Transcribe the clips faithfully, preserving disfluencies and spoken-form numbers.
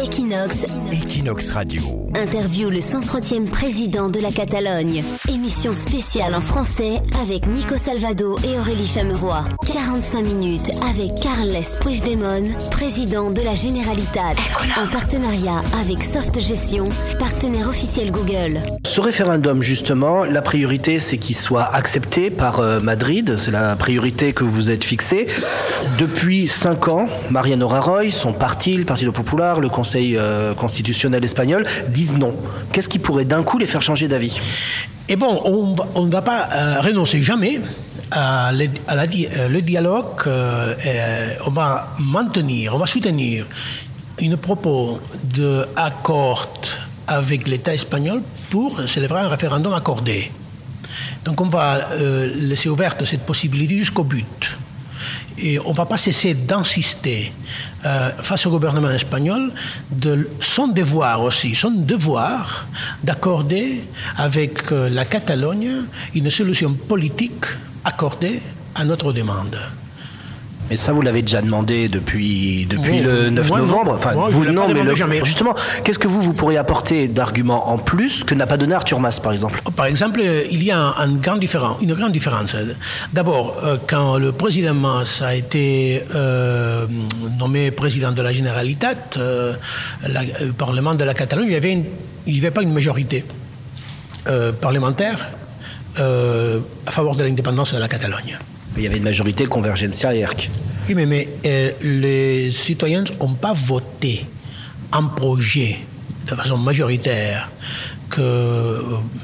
Equinox. Equinox Radio. Interview le cent trentième président de la Catalogne. Émission spéciale en français avec Nico Salvado et Aurélie Chameroy. quarante-cinq minutes avec Carles Puigdemont, président de la Generalitat. En partenariat avec Soft Gestion, partenaire officiel Google. Ce référendum, justement, la priorité, c'est qu'il soit accepté par euh, Madrid. C'est la priorité que vous êtes fixée. Depuis cinq ans, Mariano Rajoy, son parti, le Partido Popular, le Conseil euh, constitutionnel espagnol, disent non. Qu'est-ce qui pourrait d'un coup les faire changer d'avis ? Et bon, on ne va pas euh, renoncer jamais à, le, à la, le dialogue. Euh, on va maintenir, on va soutenir une propos d'accord avec l'État espagnol pour célébrer un référendum accordé. Donc on va euh, laisser ouverte cette possibilité jusqu'au but. Et on ne va pas cesser d'insister euh, face au gouvernement espagnol de son devoir aussi, son devoir d'accorder avec euh, la Catalogne une solution politique accordée à notre demande. Mais ça, vous l'avez déjà demandé depuis, depuis bon, le neuf moi, novembre. Enfin, moi, vous, je non, mais le, jamais. Justement, qu'est-ce que vous, vous pourriez apporter d'arguments en plus que n'a pas donné Artur Mas, par exemple ? Par exemple, il y a un, un grand différent, une grande différence. D'abord, euh, quand le président Mas a été euh, nommé président de la Generalitat, euh, la, le Parlement de la Catalogne, il n'y avait, avait pas une majorité euh, parlementaire euh, à faveur de l'indépendance de la Catalogne. Il y avait une majorité Convergencia et E R C. Oui, mais, mais euh, les citoyens n'ont pas voté un projet de façon majoritaire que euh,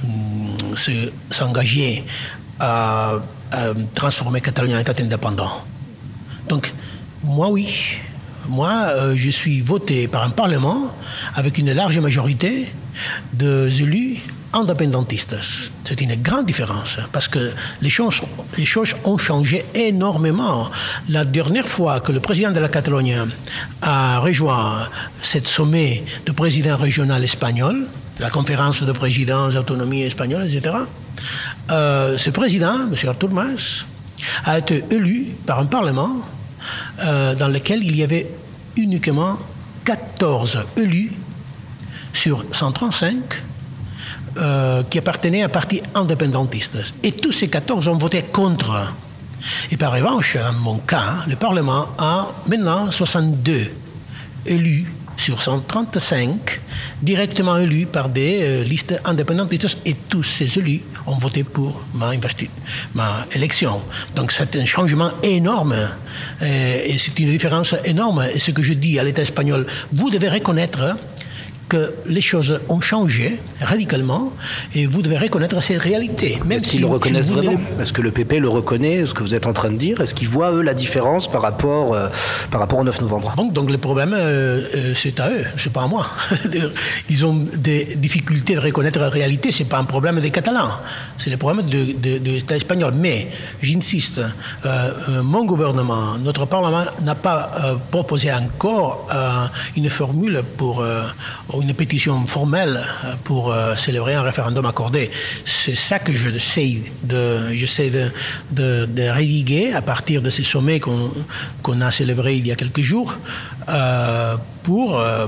s'engager à, à transformer Catalogne en État indépendant. Donc, moi, oui. Moi, euh, je suis voté par un Parlement avec une large majorité d'élus indépendantistes. C'est une grande différence parce que les choses, les choses ont changé énormément. La dernière fois que le président de la Catalogne a rejoint ce sommet de présidents régionaux espagnols, la conférence de présidents d'autonomie espagnole, et cetera, euh, ce président, M. Artur Mas, a été élu par un Parlement euh, dans lequel il y avait uniquement quatorze élus sur cent trente-cinq Euh, qui appartenaient à un parti indépendantiste. Et tous ces quatorze ont voté contre. Et par revanche, dans mon cas, le Parlement a maintenant soixante-deux élus sur cent trente-cinq, directement élus par des euh, listes indépendantistes. Et tous ces élus ont voté pour ma, investi- ma élection. Donc c'est un changement énorme. Et, et c'est une différence énorme. Et ce que je dis à l'État espagnol, vous devez reconnaître que les choses ont changé radicalement et vous devez reconnaître cette réalité. Même Est-ce si qu'ils le reconnaissent si vraiment ? le... Est-ce que le P P le reconnaît ? Est-ce que vous êtes en train de dire ? Est-ce qu'ils voient, eux, la différence par rapport, euh, par rapport au neuf novembre ? Donc, donc le problème, euh, euh, c'est à eux, c'est pas à moi. Ils ont des difficultés de reconnaître la réalité, c'est pas un problème des Catalans, c'est le problème de, de, de l'État espagnol. Mais, j'insiste, euh, mon gouvernement, notre Parlement n'a pas euh, proposé encore euh, une formule pour... Euh, une pétition formelle pour euh, célébrer un référendum accordé. C'est ça que j'essaie de, j'essaie de, de, de rédiguer à partir de ces sommets qu'on, qu'on a célébrés il y a quelques jours euh, pour euh,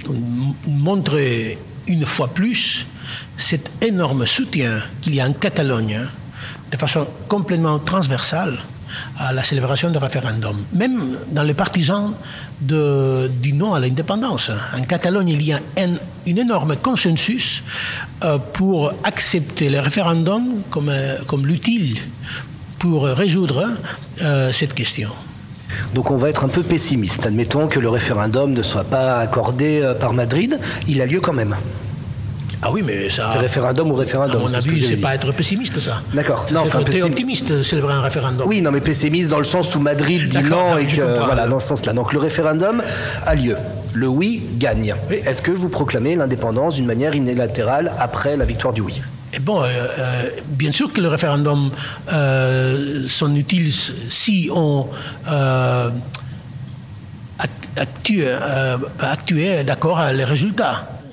montrer une fois plus cet énorme soutien qu'il y a en Catalogne de façon complètement transversale à la célébration du référendum. Même dans les partisans de, du non à l'indépendance. En Catalogne, il y a un, un énorme consensus euh, pour accepter le référendum comme, euh, comme l'utile pour résoudre euh, cette question. Donc on va être un peu pessimiste. Admettons que le référendum ne soit pas accordé euh, par Madrid. Il a lieu quand même. Ah oui, mais ça... C'est référendum ou référendum. À mon c'est avis, ce c'est dit. pas être pessimiste, ça. D'accord. C'est Non, enfin, être pessim... optimiste, célébrer un référendum. Oui, non, mais pessimiste dans le sens où Madrid dit D'accord, non non, et je que... comprends. Voilà, dans ce sens-là. Donc le référendum a lieu. Le oui gagne. Oui. Est-ce que vous proclamez l'indépendance d'une manière unilatérale après la victoire du oui ? Et bon, euh, euh, bien sûr que le référendum euh, sont utiles si on... Euh, actuer, euh, actuer d'accord à les résultats.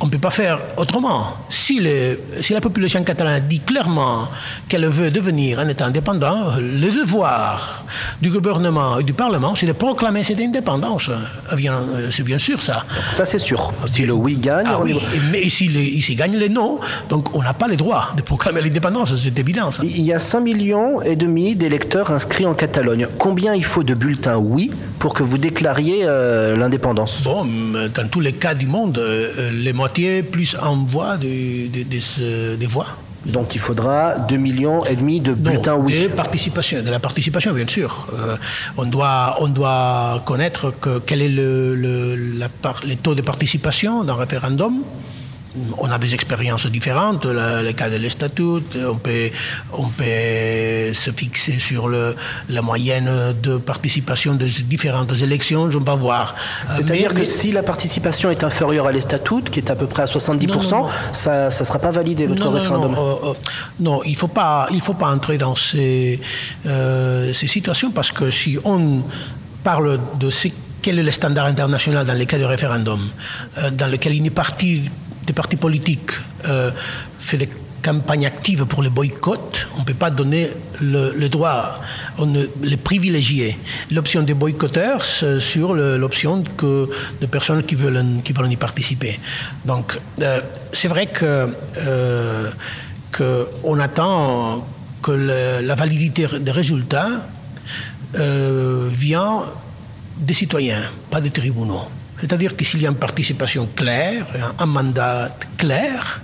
on ne peut pas faire autrement. Si, le, si la population catalane dit clairement qu'elle veut devenir un État indépendant, le devoir du gouvernement et du Parlement, c'est de proclamer cette indépendance. C'est bien sûr ça. Ça, c'est sûr. Si le oui gagne... Ah, on oui. est... Mais s'il si gagne le non, donc on n'a pas le droit de proclamer l'indépendance, c'est évident. Ça. Il y a cinq millions et demi d'électeurs inscrits en Catalogne. Combien il faut de bulletins oui pour que vous déclariez euh, l'indépendance? Bon, dans tous les cas du monde, euh, les moitiés plus envoient des de, de, de voix. Donc il faudra deux millions et demi de bulletins non, oui. De participation, de la participation, bien sûr. Euh, on, doit, on doit connaître que, quel est le, le, la, les taux de participation d'un référendum. On a des expériences différentes, le, le cas de l'Estatut, on peut, on peut se fixer sur le, la moyenne de participation des différentes élections, on va voir. C'est-à-dire mais, que mais, si la participation est inférieure à l'Estatut, qui est à peu près à soixante-dix pour cent, non, non, non. ça ne sera pas validé, votre non, référendum. Non, non, euh, non il ne faut pas, il faut pas entrer dans ces, euh, ces situations, parce que si on parle de ce, quel est le standard international dans les cas de référendum, euh, dans lequel il est parti des partis politiques euh, fait des campagnes actives pour le boycott, on ne peut pas donner le, le droit, on ne, les privilégier. L'option des boycotteurs sur le, l'option que, de personnes qui veulent, qui veulent y participer. Donc, euh, c'est vrai que, euh, que on attend que le, la validité des résultats euh, vient des citoyens, pas des tribunaux. C'est-à-dire que s'il y a une participation claire, un mandat clair,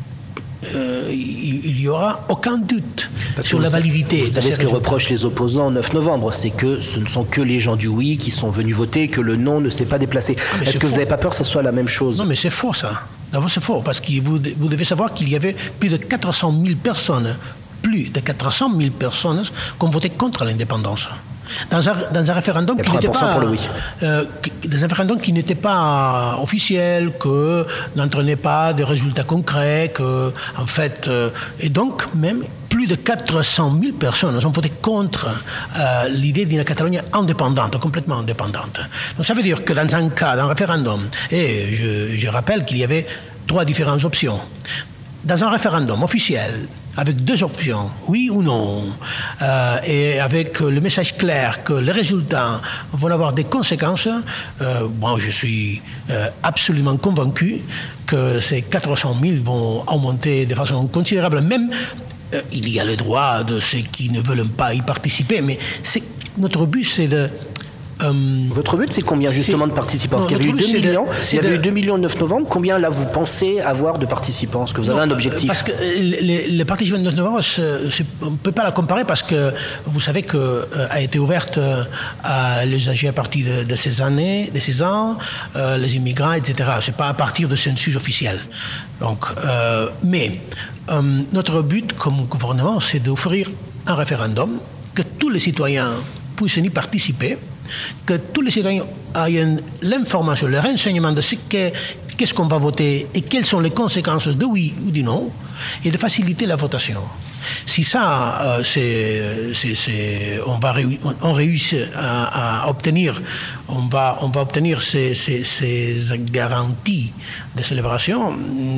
euh, il n'y aura aucun doute Parce sur la validité. Vous savez ce que reprochent les opposants le neuf novembre, c'est que ce ne sont que les gens du oui qui sont venus voter, que le non ne s'est pas déplacé. Ah, Est-ce que faux. Vous n'avez pas peur que ce soit la même chose? Non, mais c'est faux ça. D'abord, c'est faux, parce que vous, vous devez savoir qu'il y avait plus de quatre cent mille personnes, plus de quatre cent mille personnes qui ont voté contre l'indépendance. Dans un, dans un référendum qui n'était pas, pour le oui. euh, dans un référendum qui n'était pas officiel, que n'entraînait pas de résultats concrets, que en fait, euh, et donc même plus de quatre cent mille personnes ont voté contre euh, l'idée d'une Catalogne indépendante, complètement indépendante. Donc ça veut dire que dans un cas, dans un référendum, et je, je rappelle qu'il y avait trois différentes options. Dans un référendum officiel, avec deux options, oui ou non, euh, et avec le message clair que les résultats vont avoir des conséquences, euh, bon, je suis euh, absolument convaincu que ces quatre cent mille vont augmenter de façon considérable. Même, euh, il y a le droit de ceux qui ne veulent pas y participer, mais c'est, notre but, c'est de... Euh, Votre but, c'est combien justement de participants? Parce qu'il y avait eu deux millions, il y avait eu deux millions le neuf novembre. Combien là vous pensez avoir de participants? Est-ce que vous avez non, un objectif? Parce que les, les participants du neuf novembre, on ne peut pas la comparer parce que vous savez qu'elle euh, a été ouverte euh, à l'usager à partir de, de ces années, de ces ans, euh, les immigrants, et cetera. C'est pas à partir de census officiel. Donc, euh, mais euh, notre but comme gouvernement, c'est d'offrir un référendum que tous les citoyens puissent y participer, que tous les citoyens aient l'information, le renseignement de ce qu'est, qu'est-ce qu'on va voter et quelles sont les conséquences de oui ou du non, et de faciliter la votation. Si ça, euh, c'est, c'est, c'est, on va réu- on réussit à, à obtenir, on va, on va obtenir ces, ces, ces garanties de célébration,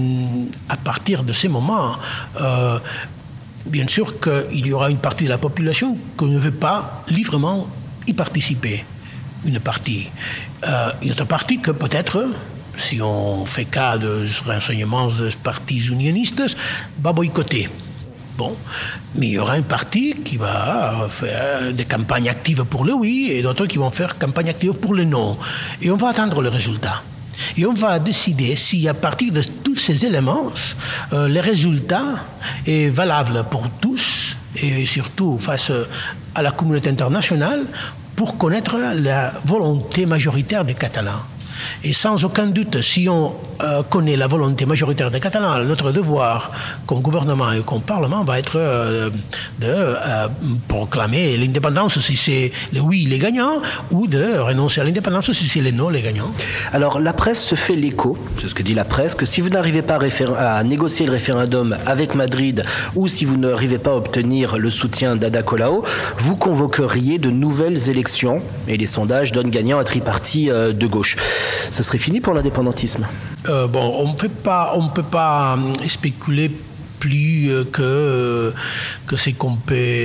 à partir de ces moments, euh, bien sûr qu'il y aura une partie de la population qui ne veut pas librement y participer, une partie. Euh, une autre partie que peut-être, si on fait cas de renseignements des partis unionistes, va boycotter. Bon, mais il y aura une partie qui va faire des campagnes actives pour le oui et d'autres qui vont faire campagne active pour le non. Et on va attendre le résultat. Et on va décider si à partir de tous ces éléments, euh, le résultat est valable pour tous et surtout face à la communauté internationale pour connaître la volonté majoritaire des Catalans. Et sans aucun doute, si on euh, connaît la volonté majoritaire des Catalans, notre devoir comme gouvernement et comme Parlement va être euh, de euh, proclamer l'indépendance si c'est le oui les gagnants ou de renoncer à l'indépendance si c'est le non les gagnants. Alors la presse se fait l'écho, c'est ce que dit la presse, que si vous n'arrivez pas à, réfé- à négocier le référendum avec Madrid ou si vous n'arrivez pas à obtenir le soutien d'Ada Colau, vous convoqueriez de nouvelles élections et les sondages donnent gagnant un tripartite euh, de gauche. ce serait fini pour l'indépendantisme. Euh, bon, on ne peut pas, on peut pas spéculer plus que, que c'est qu'on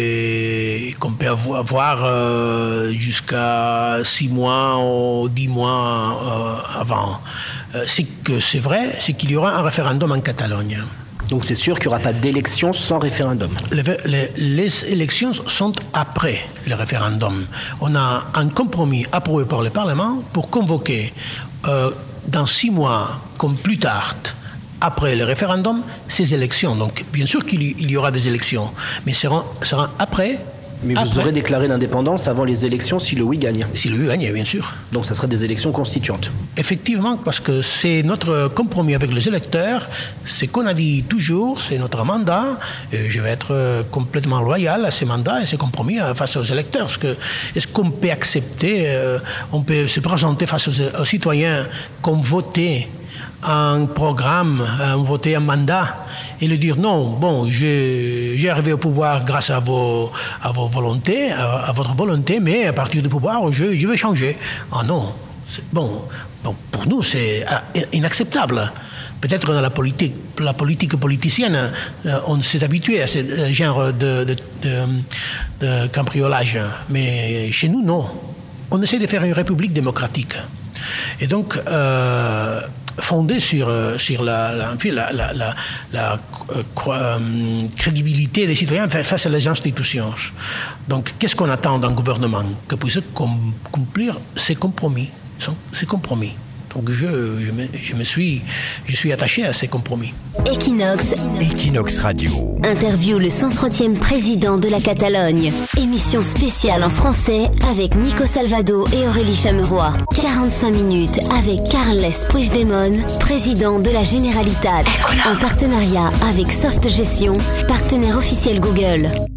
peut, qu'on peut avoir euh, jusqu'à six mois ou dix mois euh, avant. Euh, c'est que c'est vrai, c'est qu'il y aura un référendum en Catalogne. Donc c'est sûr qu'il n'y aura pas d'élection sans référendum. Les, les, les élections sont après le référendum. On a un compromis approuvé par le Parlement pour convoquer euh, dans six mois, comme plus tard, après le référendum, ces élections. Donc, bien sûr qu'il y, il y aura des élections, mais seront, seront après. Mais vous après, aurez déclaré l'indépendance avant les élections si le oui gagne. Si le oui gagne, bien sûr. Donc, ça serait des élections constituantes. Effectivement, parce que c'est notre compromis avec les électeurs, c'est qu'on a dit toujours, c'est notre mandat, et je vais être complètement loyal à ces mandats et ces compromis face aux électeurs. Parce que, est-ce qu'on peut accepter, euh, on peut se présenter face aux, aux citoyens comme voter un programme, un voter un mandat et le dire non, bon, j'ai, j'ai arrivé au pouvoir grâce à vos, à vos volontés, à, à votre volonté, mais à partir du pouvoir, je, je vais changer. Ah non, c'est, bon, bon, pour nous, c'est inacceptable. Peut-être dans la politique, la politique politicienne, on s'est habitué à ce genre de, de, de, de cambriolage, mais chez nous, non. On essaie de faire une république démocratique. Et donc, euh, fondée sur, sur la, la, la, la, la, la euh, crédibilité des citoyens face à les institutions. Donc, qu'est-ce qu'on attend d'un gouvernement? Que puisse accomplir ses compromis. Ses compromis. Donc, je, je, me, je, me suis, je suis attaché à ces compromis. Equinox. Equinox Radio. Interview le cent trentième président de la Catalogne. Émission spéciale en français avec Nico Salvado et Aurélie Chameroy. quarante-cinq minutes avec Carles Puigdemont, président de la Generalitat. En partenariat avec Soft Gestion, partenaire officiel Google.